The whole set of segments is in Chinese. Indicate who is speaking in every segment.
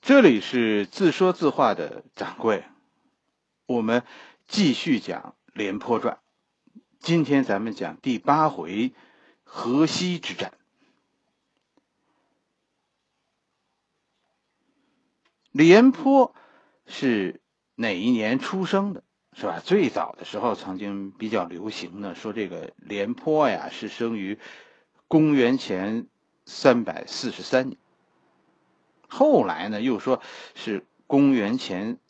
Speaker 1: 这里是自说自话的掌柜，我们继续讲廉颇传。今天咱们讲第8回河西之战。廉颇是哪一年出生的，是吧？最早的时候曾经比较流行的说，这个廉颇呀是生于公元前343年，后来呢又说是公元前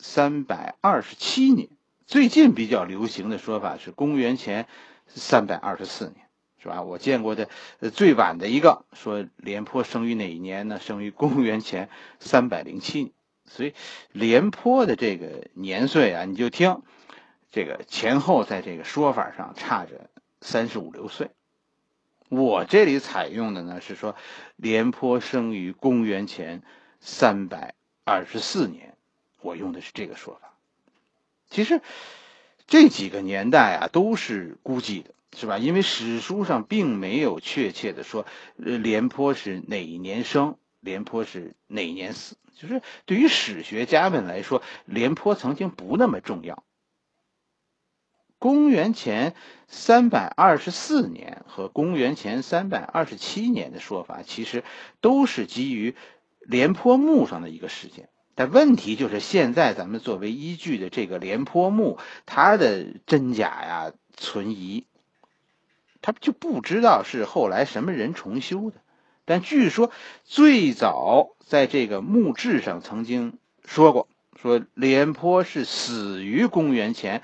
Speaker 1: 327年，最近比较流行的说法是公元前324年，是吧？我见过的最晚的一个说廉颇生于哪一年呢？生于公元前307年。所以廉颇的这个年岁啊，你就听这个前后在这个说法上差着35、6岁。我这里采用的呢是说廉颇生于公元前324年，我用的是这个说法。其实这几个年代啊都是估计的，是吧？因为史书上并没有确切的说廉颇是哪一年生，廉颇是哪一年死。就是对于史学家们来说，廉颇曾经不那么重要。公元前324年和公元前327年的说法，其实都是基于廉颇墓上的一个事件。但问题就是现在咱们作为依据的这个廉颇墓，它的真假呀存疑，他就不知道是后来什么人重修的。但据说最早在这个墓志上曾经说过，说廉颇是死于公元前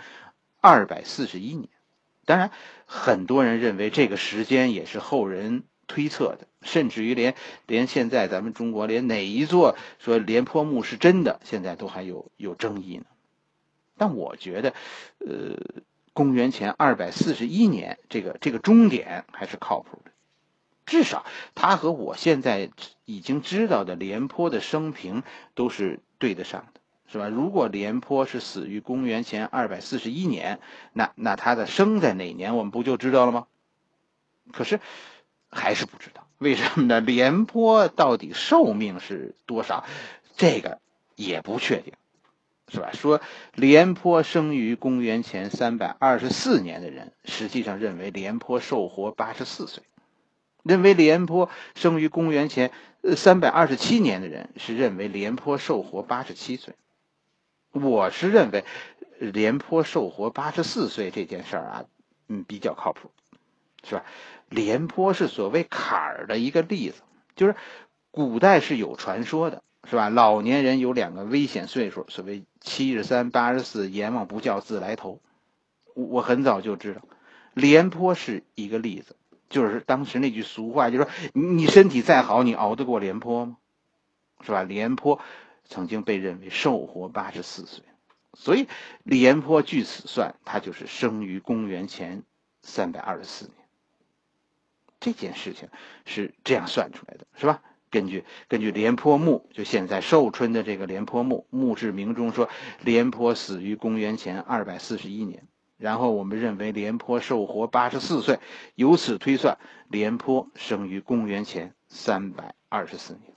Speaker 1: 241年。当然很多人认为这个时间也是后人推测的，甚至于连现在咱们中国连哪一座说廉颇墓是真的，现在都还有争议呢。但我觉得公元前241年这个终点还是靠谱的，至少他和我现在已经知道的廉颇的生平都是对得上的，是吧？如果廉颇是死于公元前241年，那他的生在哪年我们不就知道了吗？可是还是不知道，为什么呢？廉颇到底寿命是多少，这个也不确定，是吧？说廉颇生于公元前324年的人，实际上认为廉颇寿活84岁。认为廉颇生于公元前327年的人是认为廉颇寿活87岁。我是认为廉颇寿活84岁这件事啊，比较靠谱，是吧？廉颇是所谓坎儿的一个例子，就是古代是有传说的，是吧？老年人有2个危险岁数，所谓73、84，阎王不叫自来投。我很早就知道，廉颇是一个例子。就是当时那句俗话，就是说你身体再好，你熬得过廉颇吗？是吧？廉颇曾经被认为寿活84岁，所以廉颇据此算，他就是生于公元前324年。这件事情是这样算出来的，是吧？根据廉颇墓，就现在寿春的这个廉颇墓，墓志铭中说廉颇死于公元前241年。然后我们认为廉颇寿活84岁，由此推算廉颇生于公元前324年。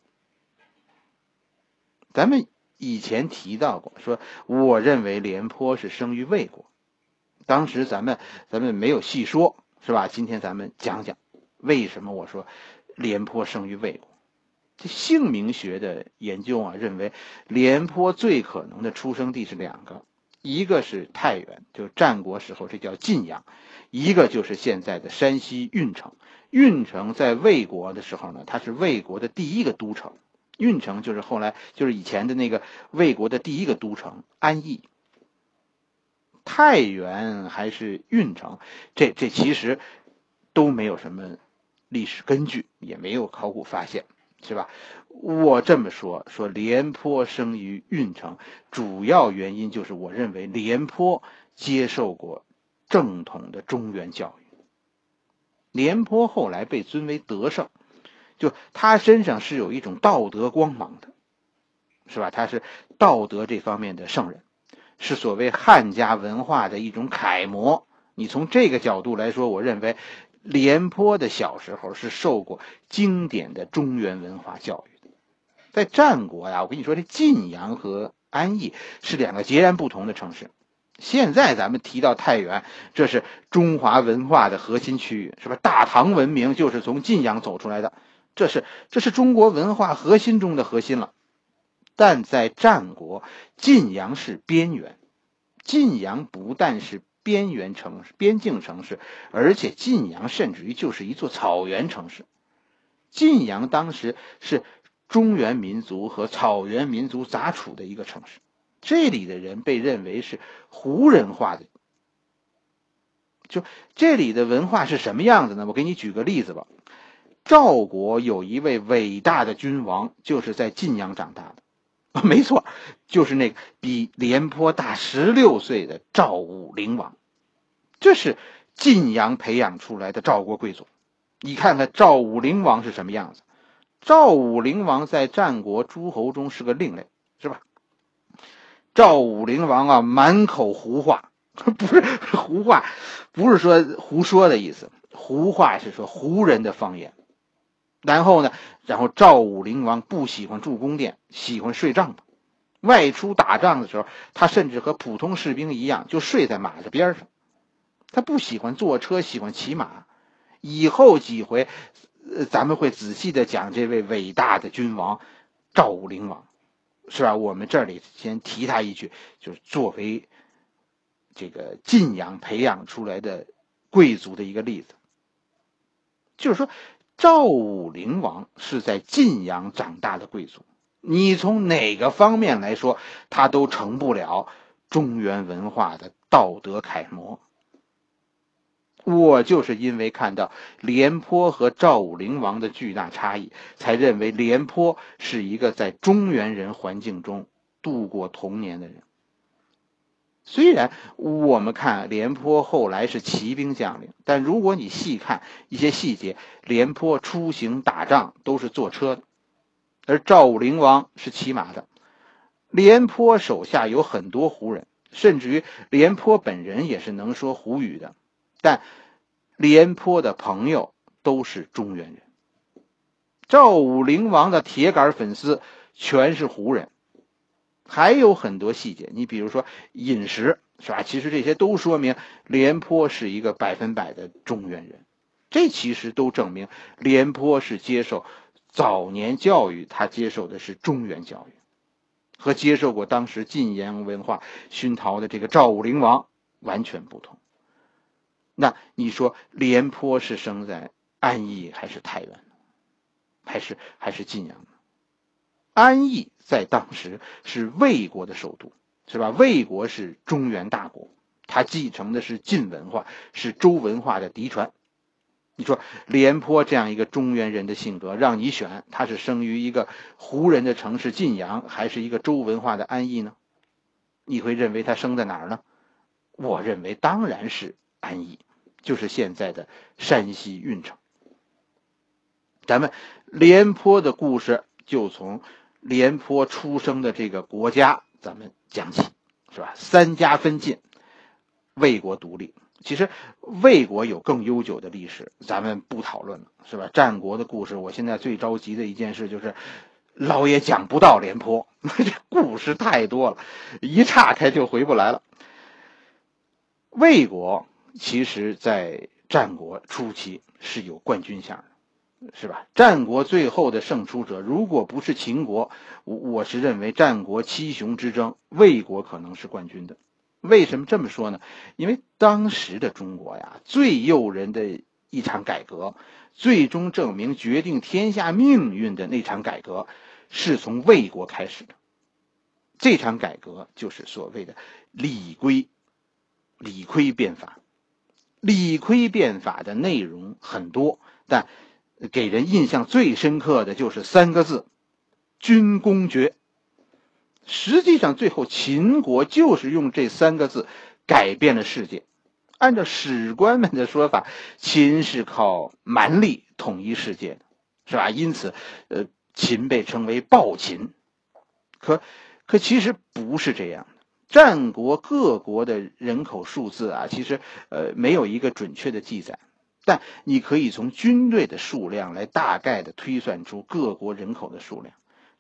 Speaker 1: 咱们以前提到过，说我认为廉颇是生于魏国，当时咱们没有细说，是吧？今天咱们讲讲为什么我说廉颇生于魏国。这姓名学的研究啊，认为廉颇最可能的出生地是2个，一个是太原，就战国时候这叫晋阳，一个就是现在的山西运城。运城在魏国的时候呢，它是魏国的第1个都城。运城就是后来就是以前的那个魏国的第1个都城安邑。太原还是运城，这其实都没有什么历史根据，也没有考古发现，是吧？我这么说廉颇生于运城，主要原因就是我认为廉颇接受过正统的中原教育。廉颇后来被尊为德圣，就他身上是有一种道德光芒的，是吧？他是道德这方面的圣人，是所谓汉家文化的一种楷模。你从这个角度来说，我认为廉颇的小时候是受过经典的中原文化教育的。 在战国呀，我跟你说，这晋阳和安邑是两个截然不同的城市。现在咱们提到太原，这是中华文化的核心区域，是吧？大唐文明就是从晋阳走出来的，这是中国文化核心中的核心了。但在战国，晋阳是边缘，晋阳不但是边缘城市、边境城市，而且晋阳甚至于就是一座草原城市。晋阳当时是中原民族和草原民族杂处的一个城市，这里的人被认为是胡人化的。就这里的文化是什么样子呢？我给你举个例子吧。赵国有一位伟大的君王，就是在晋阳长大的，没错，就是那个比廉颇大16岁的赵武灵王。这是晋阳培养出来的赵国贵族。你看看赵武灵王是什么样子？赵武灵王在战国诸侯中是个另类，是吧？赵武灵王啊，满口胡话，不是胡话，不是说胡说的意思，胡话是说胡人的方言。然后赵武灵王不喜欢住宫殿，喜欢睡帐篷。外出打仗的时候，他甚至和普通士兵一样，就睡在马的边上。他不喜欢坐车，喜欢骑马。以后几回，咱们会仔细的讲这位伟大的君王赵武灵王，是吧？我们这里先提他一句，就是作为这个晋阳培养出来的贵族的一个例子。就是说，赵武灵王是在晋阳长大的贵族，你从哪个方面来说，他都成不了中原文化的道德楷模。我就是因为看到廉颇和赵武灵王的巨大差异，才认为廉颇是一个在中原人环境中度过童年的人。虽然我们看廉颇后来是骑兵将领，但如果你细看一些细节，廉颇出行打仗都是坐车的，而赵武灵王是骑马的。廉颇手下有很多胡人，甚至于廉颇本人也是能说胡语的，但廉颇的朋友都是中原人。赵武灵王的铁杆粉丝全是胡人。还有很多细节，你比如说饮食，是吧？其实这些都说明廉颇是一个100%的中原人。这其实都证明廉颇是接受早年教育，他接受的是中原教育，和接受过当时晋阳文化熏陶的这个赵武灵王完全不同。那你说廉颇是生在安邑还是太原，还是晋阳呢？安邑在当时是魏国的首都，是吧？魏国是中原大国，他继承的是晋文化，是周文化的嫡传。你说廉颇这样一个中原人的性格，让你选，他是生于一个胡人的城市晋阳，还是一个周文化的安邑呢？你会认为他生在哪儿呢？我认为当然是安邑，就是现在的山西运城。咱们廉颇的故事就从廉颇出生的这个国家咱们讲起，是吧？3家分晋，魏国独立。其实魏国有更悠久的历史，咱们不讨论了，是吧？战国的故事，我现在最着急的一件事就是老爷讲不到廉颇，这故事太多了，一岔开就回不来了。魏国其实在战国初期是有冠军相的，是吧？战国最后的胜出者，如果不是秦国，我是认为战国七雄之争，魏国可能是冠军的。为什么这么说呢？因为当时的中国呀，最诱人的一场改革，最终证明决定天下命运的那场改革，是从魏国开始的。这场改革就是所谓的李悝变法。李悝变法的内容很多，但给人印象最深刻的就是3个字：军功爵。实际上最后秦国就是用这3个字改变了世界。按照史官们的说法，秦是靠蛮力统一世界的，是吧？因此秦被称为暴秦。可其实不是这样的。战国各国的人口数字啊，其实没有一个准确的记载，但你可以从军队的数量来大概的推算出各国人口的数量。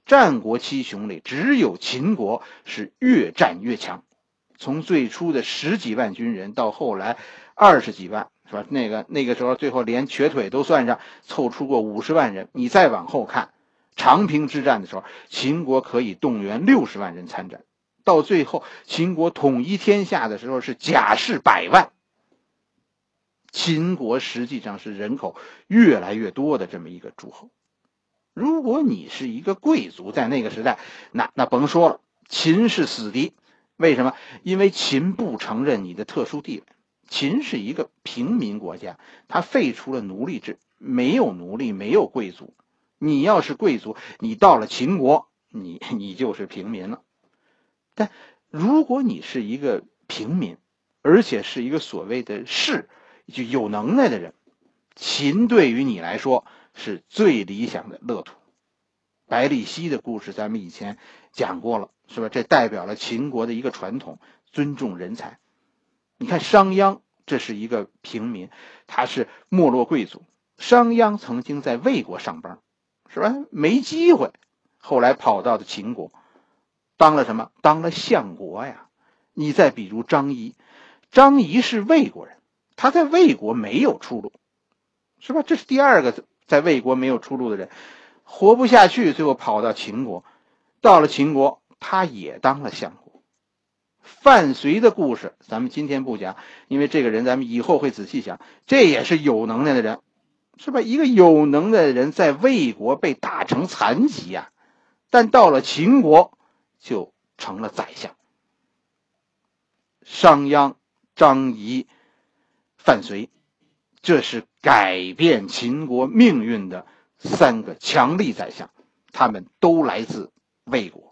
Speaker 1: 战国七雄里只有秦国是越战越强，从最初的10几万军人到后来20几万，是吧？那个时候最后连瘸腿都算上，凑出过50万人。你再往后看长平之战的时候，秦国可以动员60万人参战，到最后秦国统一天下的时候是甲士100万。秦国实际上是人口越来越多的这么一个诸侯。如果你是一个贵族，在那个时代，那甭说了，秦是死敌。为什么？因为秦不承认你的特殊地位。秦是一个平民国家，他废除了奴隶制，没有奴隶，没有贵族。你要是贵族，你到了秦国，你就是平民了。但如果你是一个平民，而且是一个所谓的士，就有能耐的人，秦对于你来说是最理想的乐土。百里奚的故事咱们以前讲过了，是吧？这代表了秦国的一个传统，尊重人才。你看商鞅，这是一个平民，他是没落贵族。商鞅曾经在魏国上班，是吧？没机会，后来跑到的秦国，当了什么？当了相国呀。你再比如张仪，张仪是魏国人，他在魏国没有出路，是吧？这是第二个在魏国没有出路的人，活不下去，最后跑到秦国，到了秦国，他也当了相国。范睢的故事咱们今天不讲，因为这个人咱们以后会仔细讲，这也是有能耐的人，是吧？一个有能耐的人在魏国被打成残疾呀，但到了秦国就成了宰相。商鞅、张仪、范睢，这是改变秦国命运的3个强力宰相，他们都来自魏国。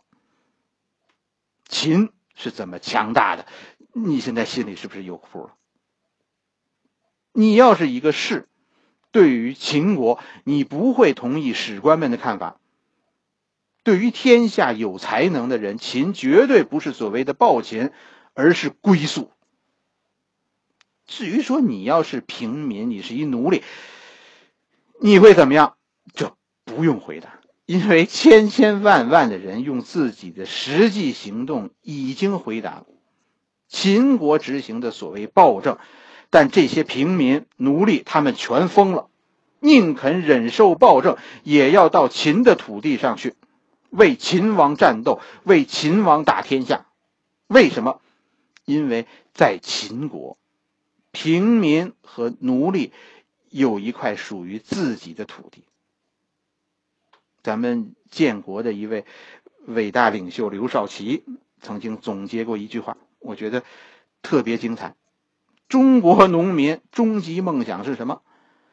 Speaker 1: 秦是怎么强大的，你现在心里是不是有谱了？你要是一个士，对于秦国你不会同意史官们的看法。对于天下有才能的人，秦绝对不是所谓的暴秦，而是归宿。至于说你要是平民，你是一奴隶，你会怎么样？这不用回答，因为千千万万的人用自己的实际行动已经回答了秦国执行的所谓暴政。但这些平民奴隶他们全疯了，宁肯忍受暴政，也要到秦的土地上去为秦王战斗，为秦王打天下。为什么？因为在秦国，平民和奴隶有一块属于自己的土地。咱们建国的一位伟大领袖刘少奇曾经总结过一句话，我觉得特别精彩。中国农民终极梦想是什么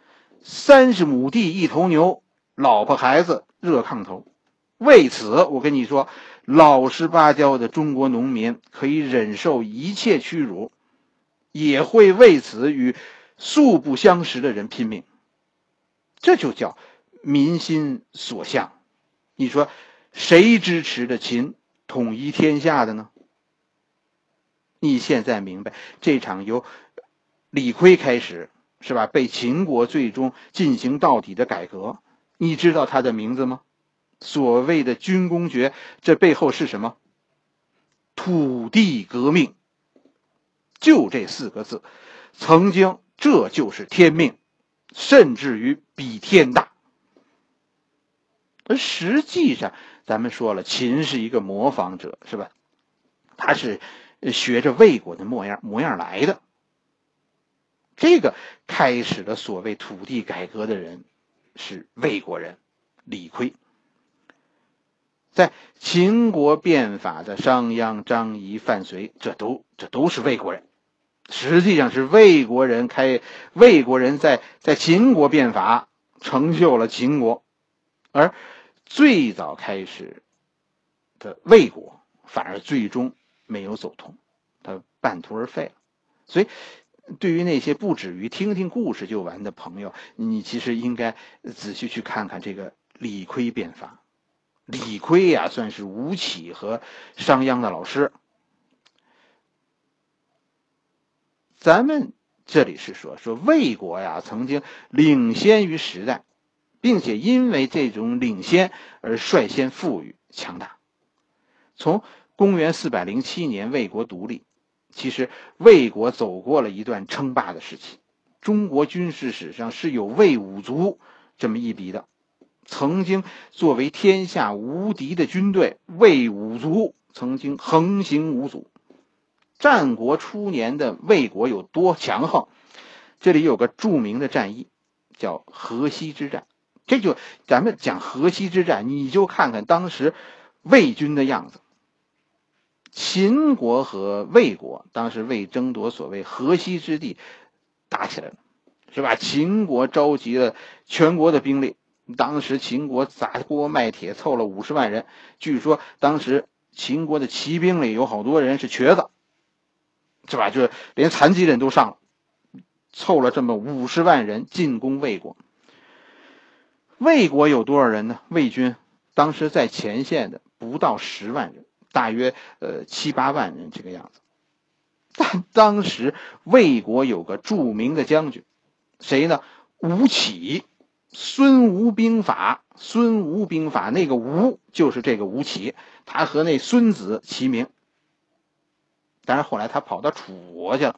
Speaker 1: ？30亩地1头牛，老婆孩子热炕头。为此我跟你说，老实巴交的中国农民可以忍受一切屈辱，也会为此与素不相识的人拼命。这就叫民心所向。你说谁支持着秦统一天下的呢？你现在明白这场由李悝开始，是吧？被秦国最终进行到底的改革，你知道他的名字吗？所谓的军功爵，这背后是什么？土地革命。就这4个字，曾经这就是天命，甚至于比天大。而实际上咱们说了，秦是一个模仿者，是吧？他是学着魏国的模样来的。这个开始了所谓土地改革的人是魏国人李悝。在秦国变法的商鞅、张仪、范睢，这都是魏国人。实际上是魏国人在秦国变法，成就了秦国。而最早开始的魏国反而最终没有走通，他半途而废了。所以对于那些不止于听听故事就完的朋友，你其实应该仔细去看看这个李悝变法。李悝呀，算是吴起和商鞅的老师。咱们这里是说魏国呀，曾经领先于时代， 并且因为这种领先而率先富裕强大。从公元407年魏国独立，其实魏国走过了一段称霸的时期。中国军事史上是有魏武卒这么一笔的，曾经作为天下无敌的军队，魏武卒曾经横行无阻。战国初年的魏国有多强横，这里有个著名的战役叫河西之战。这就咱们讲河西之战，你就看看当时魏军的样子。秦国和魏国当时为争夺所谓河西之地打起来了，是吧？秦国召集了全国的兵力，当时秦国砸锅卖铁凑了50万人，据说当时秦国的骑兵里有好多人是瘸子，是吧？就是连残疾人都上了，凑了这么50万人进攻魏国。魏国有多少人呢？魏军当时在前线的不到10万人，大约7、8万人这个样子。但当时魏国有个著名的将军，谁呢？吴起。孙吴兵法，孙吴兵法那个吴就是这个吴起，他和那孙子齐名。但是后来他跑到楚国去了。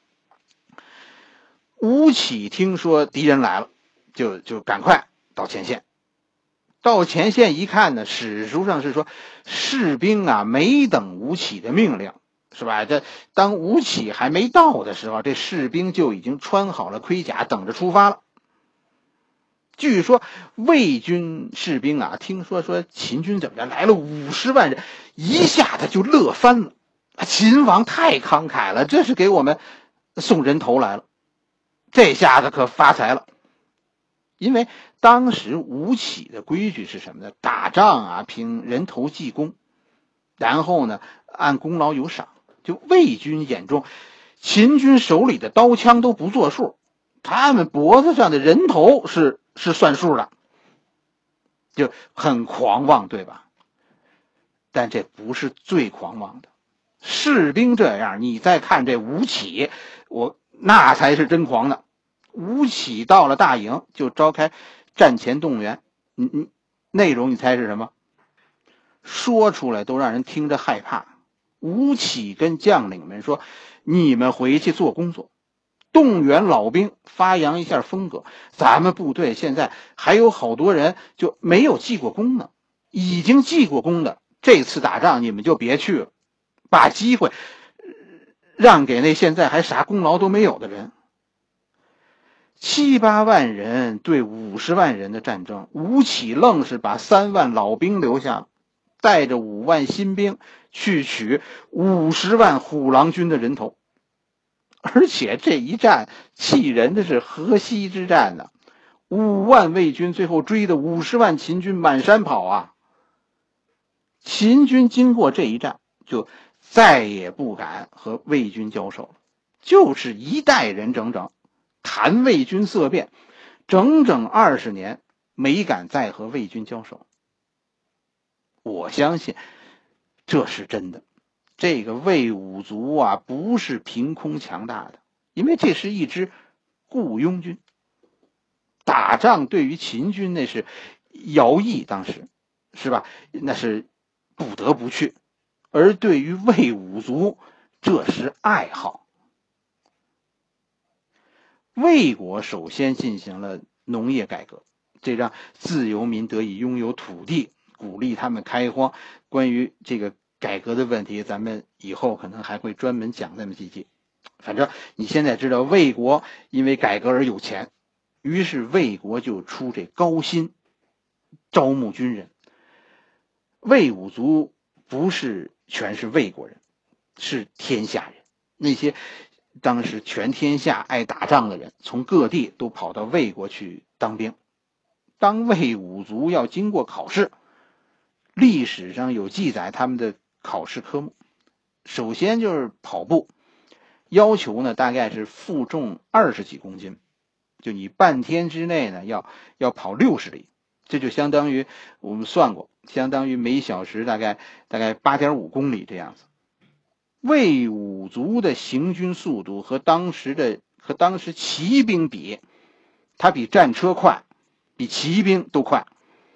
Speaker 1: 吴起听说敌人来了，就赶快到前线。到前线一看呢，史书上是说士兵啊没等吴起的命令，是吧？这当吴起还没到的时候，这士兵就已经穿好了盔甲，等着出发了。据说魏军士兵啊，听说秦军怎么着来了50万人，一下子就乐翻了。秦王太慷慨了，这是给我们送人头来了，这下子可发财了。因为当时吴起的规矩是什么呢？打仗啊，凭人头计功，然后呢按功劳有赏。就魏军眼中，秦军手里的刀枪都不作数，他们脖子上的人头是算数的，就很狂妄，对吧？但这不是最狂妄的，士兵这样，你再看这吴起，那才是真狂的。吴起到了大营就召开战前动员，内容你猜是什么？说出来都让人听着害怕。吴起跟将领们说，你们回去做工作，动员老兵，发扬一下风格。咱们部队现在还有好多人就没有记过功呢，已经记过功的，这次打仗你们就别去了，把机会让给那现在还啥功劳都没有的人。7、8万人对50万人的战争，吴起愣是把3万老兵留下，带着5万新兵去取50万虎狼军的人头。而且这一战气人的是河西之战呢，5万魏军最后追的50万秦军满山跑啊。秦军经过这一战就再也不敢和魏军交手了，就是一代人整整谈魏军色变，整整20年没敢再和魏军交手。我相信这是真的，这个魏武卒啊不是凭空强大的，因为这是一支雇佣军，打仗对于秦军那是徭役，当时是吧？那是不得不去，而对于魏武卒这是爱好。魏国首先进行了农业改革，这让自由民得以拥有土地，鼓励他们开荒。关于这个改革的问题，咱们以后可能还会专门讲那么几集。反正你现在知道魏国因为改革而有钱，于是魏国就出这高薪招募军人。魏武卒不是全是魏国人，是天下人，那些当时全天下爱打仗的人从各地都跑到魏国去当兵。当魏武卒要经过考试，历史上有记载他们的考试科目，首先就是跑步，要求呢大概是负重20几公斤，就你半天之内呢要跑60里，这就相当于我们算过，相当于每小时大概8.5公里这样子。魏武卒的行军速度和当时骑兵比，他比战车快， 比骑兵都快。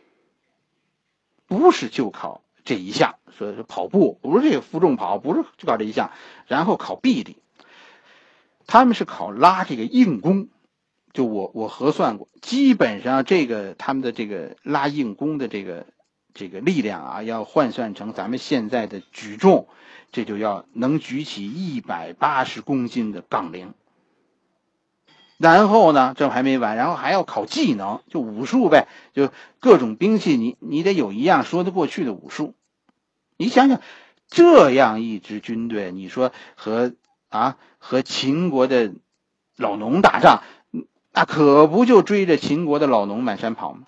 Speaker 1: 不是就考这一项，说是跑步，不是这个负重跑，不是就考这一项，然后考臂力，他们是考拉这个硬弓。就我核算过，基本上他们的这个拉硬弓的这个力量啊，要换算成咱们现在的举重，这就要能举起180公斤的杠铃。然后呢，这还没完，然后还要考技能，就武术呗，就各种兵器你得有一样说得过去的武术。你想想，这样一支军队，你说和秦国的老农打仗，那可不就追着秦国的老农满山跑吗？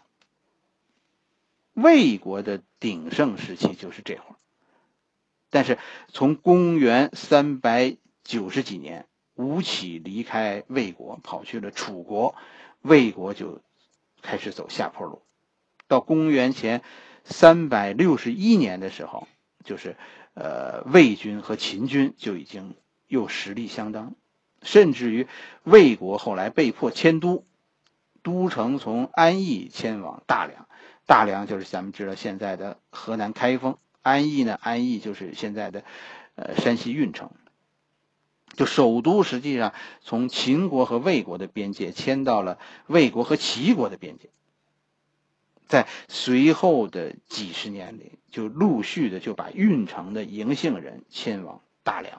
Speaker 1: 魏国的鼎盛时期就是这会儿，但是从公元390几年，吴起离开魏国，跑去了楚国，魏国就开始走下坡路。到公元前361年的时候，就是魏军和秦军就已经又实力相当，甚至于魏国后来被迫迁都，都城从安邑迁往大梁，大梁就是咱们知道现在的河南开封，安邑就是现在的山西运城。就首都实际上从秦国和魏国的边界迁到了魏国和齐国的边界。在随后的几十年里，就陆续的就把运城的嬴姓人迁往大梁。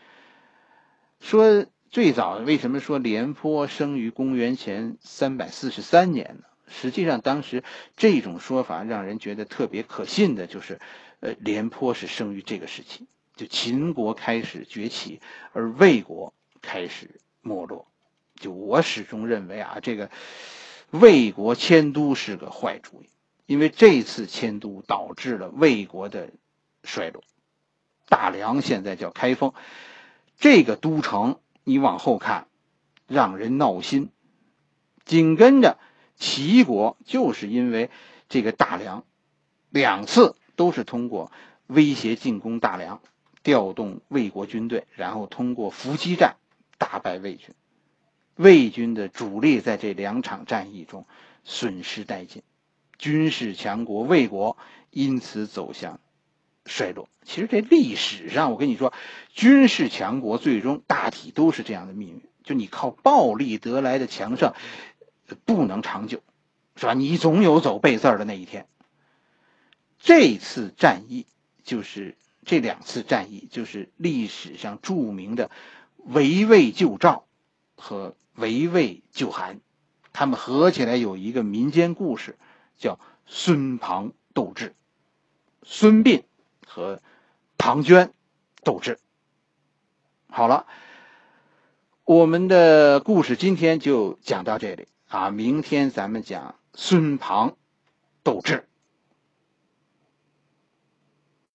Speaker 1: 说最早为什么说廉颇生于公元前343年呢？实际上当时这种说法让人觉得特别可信的就是廉颇是生于这个时期，就秦国开始崛起，而魏国开始没落。就我始终认为这个魏国迁都是个坏主意，因为这次迁都导致了魏国的衰落。大梁现在叫开封，这个都城你往后看让人闹心。紧跟着齐国就是因为这个大梁2次都是通过威胁进攻大梁，调动魏国军队，然后通过伏击战打败魏军。魏军的主力在这2场战役中损失殆尽，军事强国魏国因此走向衰落。其实这历史上我跟你说，军事强国最终大体都是这样的命运，就你靠暴力得来的强盛不能长久，是吧？你总有走背字的那一天。这次战役就是这2次战役就是历史上著名的围魏救赵和围魏救韩，他们合起来有一个民间故事，叫孙庞斗智。孙膑和庞涓斗智。好了，我们的故事今天就讲到这里明天咱们讲孙庞斗智。